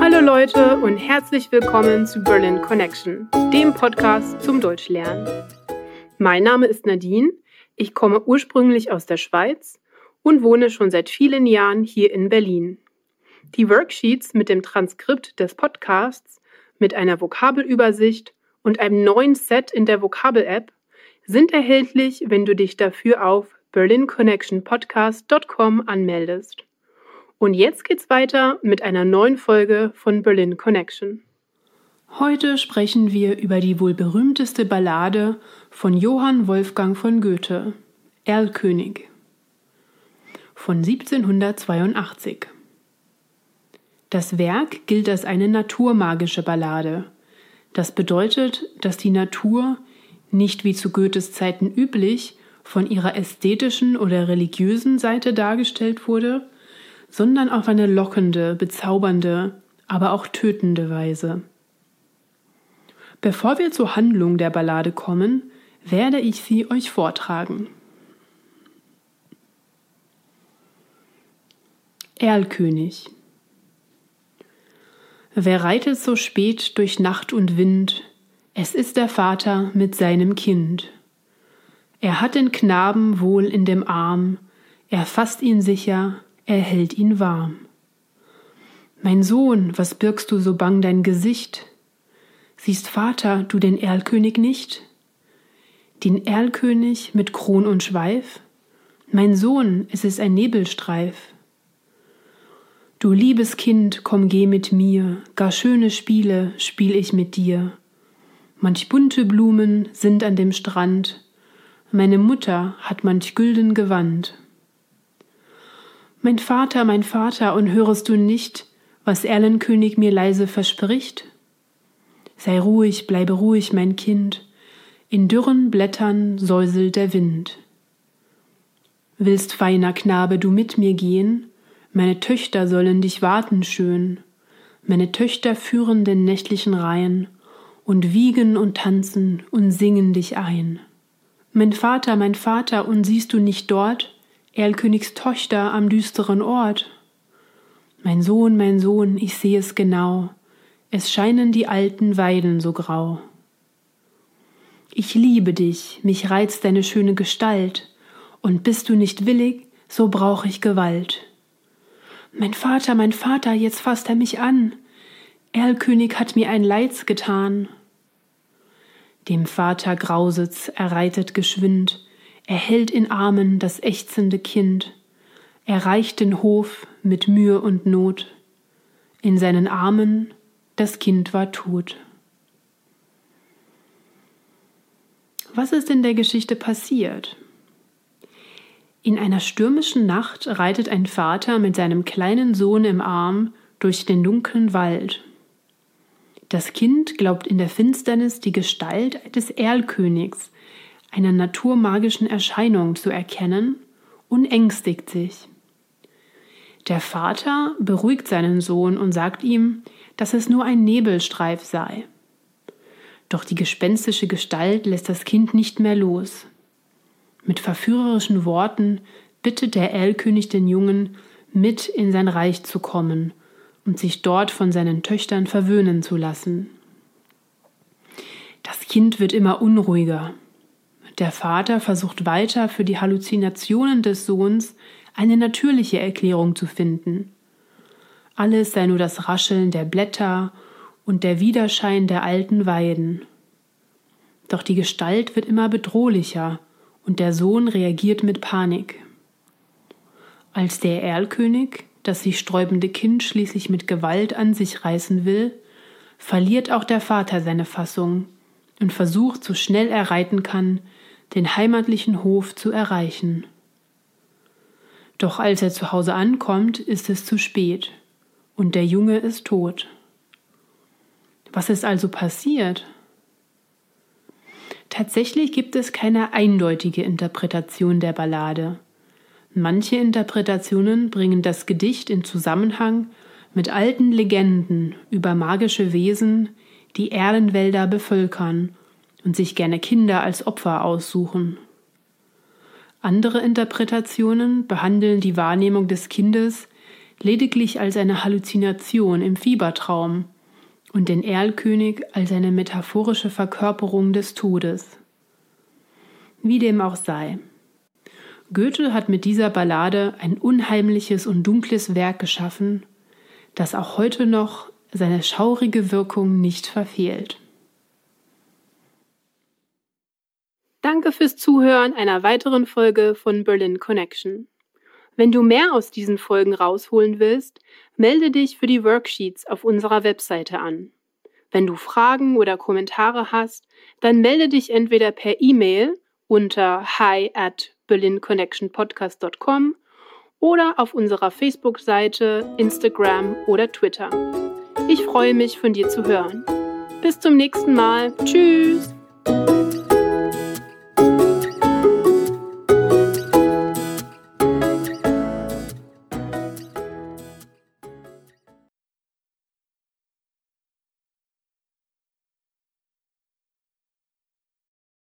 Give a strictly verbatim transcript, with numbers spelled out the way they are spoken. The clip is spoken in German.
Hallo Leute und herzlich willkommen zu Berlin Connection, dem Podcast zum Deutschlernen. Mein Name ist Nadine, ich komme ursprünglich aus der Schweiz und wohne schon seit vielen Jahren hier in Berlin. Die Worksheets mit dem Transkript des Podcasts, mit einer Vokabelübersicht und einem neuen Set in der Vokabel-App sind erhältlich, wenn du dich dafür auf berlin connection podcast dot com anmeldest. Und jetzt geht's weiter mit einer neuen Folge von Berlin Connection. Heute sprechen wir über die wohl berühmteste Ballade von Johann Wolfgang von Goethe, Erlkönig, von siebzehnhundertzweiundachtzig. Das Werk gilt als eine naturmagische Ballade. Das bedeutet, dass die Natur, nicht wie zu Goethes Zeiten üblich, von ihrer ästhetischen oder religiösen Seite dargestellt wurde, sondern auf eine lockende, bezaubernde, aber auch tötende Weise. Bevor wir zur Handlung der Ballade kommen, werde ich sie euch vortragen. Erlkönig. Wer reitet so spät durch Nacht und Wind? Es ist der Vater mit seinem Kind. Er hat den Knaben wohl in dem Arm, er fasst ihn sicher, er hält ihn warm. Mein Sohn, was birgst du so bang dein Gesicht? Siehst, Vater, du den Erlkönig nicht? Den Erlkönig mit Kron und Schweif? Mein Sohn, es ist ein Nebelstreif. Du liebes Kind, komm geh mit mir, gar schöne Spiele spiel ich mit dir. Manch bunte Blumen sind an dem Strand, meine Mutter hat manch gülden Gewand. Mein Vater, mein Vater, und hörest du nicht, was Erlenkönig mir leise verspricht? Sei ruhig, bleibe ruhig, mein Kind, in dürren Blättern säuselt der Wind. Willst, feiner Knabe, du mit mir gehen? Meine Töchter sollen dich warten schön. Meine Töchter führen den nächtlichen Reihen und wiegen und tanzen und singen dich ein. Mein Vater, mein Vater, und siehst du nicht dort Erlkönigs Tochter am düsteren Ort? Mein Sohn, mein Sohn, ich seh es genau, es scheinen die alten Weiden so grau. Ich liebe dich, mich reizt deine schöne Gestalt, und bist du nicht willig, so brauch ich Gewalt. Mein Vater, mein Vater, jetzt fasst er mich an, Erlkönig hat mir ein Leids getan. Dem Vater grauset's, er reitet geschwind, er hält in Armen das ächzende Kind, er reicht den Hof mit Mühe und Not, in seinen Armen das Kind war tot. Was ist in der Geschichte passiert? In einer stürmischen Nacht reitet ein Vater mit seinem kleinen Sohn im Arm durch den dunklen Wald. Das Kind glaubt in der Finsternis die Gestalt des Erlkönigs, einer naturmagischen Erscheinung, zu erkennen und ängstigt sich. Der Vater beruhigt seinen Sohn und sagt ihm, dass es nur ein Nebelstreif sei. Doch die gespenstische Gestalt lässt das Kind nicht mehr los. Mit verführerischen Worten bittet der Erlkönig den Jungen, mit in sein Reich zu kommen und sich dort von seinen Töchtern verwöhnen zu lassen. Das Kind wird immer unruhiger. Der Vater versucht weiter, für die Halluzinationen des Sohns eine natürliche Erklärung zu finden. Alles sei nur das Rascheln der Blätter und der Widerschein der alten Weiden. Doch die Gestalt wird immer bedrohlicher und der Sohn reagiert mit Panik. Als der Erlkönig das sich sträubende Kind schließlich mit Gewalt an sich reißen will, verliert auch der Vater seine Fassung und versucht, so schnell er reiten kann, den heimatlichen Hof zu erreichen. Doch als er zu Hause ankommt, ist es zu spät und der Junge ist tot. Was ist also passiert? Tatsächlich gibt es keine eindeutige Interpretation der Ballade. Manche Interpretationen bringen das Gedicht in Zusammenhang mit alten Legenden über magische Wesen, die Erlenwälder bevölkern und sich gerne Kinder als Opfer aussuchen. Andere Interpretationen behandeln die Wahrnehmung des Kindes lediglich als eine Halluzination im Fiebertraum und den Erlkönig als eine metaphorische Verkörperung des Todes. Wie dem auch sei. Goethe hat mit dieser Ballade ein unheimliches und dunkles Werk geschaffen, das auch heute noch seine schaurige Wirkung nicht verfehlt. Danke fürs Zuhören einer weiteren Folge von Berlin Connection. Wenn du mehr aus diesen Folgen rausholen willst, melde dich für die Worksheets auf unserer Webseite an. Wenn du Fragen oder Kommentare hast, dann melde dich entweder per E-Mail unter hi at berlin connection podcast dot com oder auf unserer Facebook-Seite, Instagram oder Twitter. Ich freue mich, von dir zu hören. Bis zum nächsten Mal. Tschüss!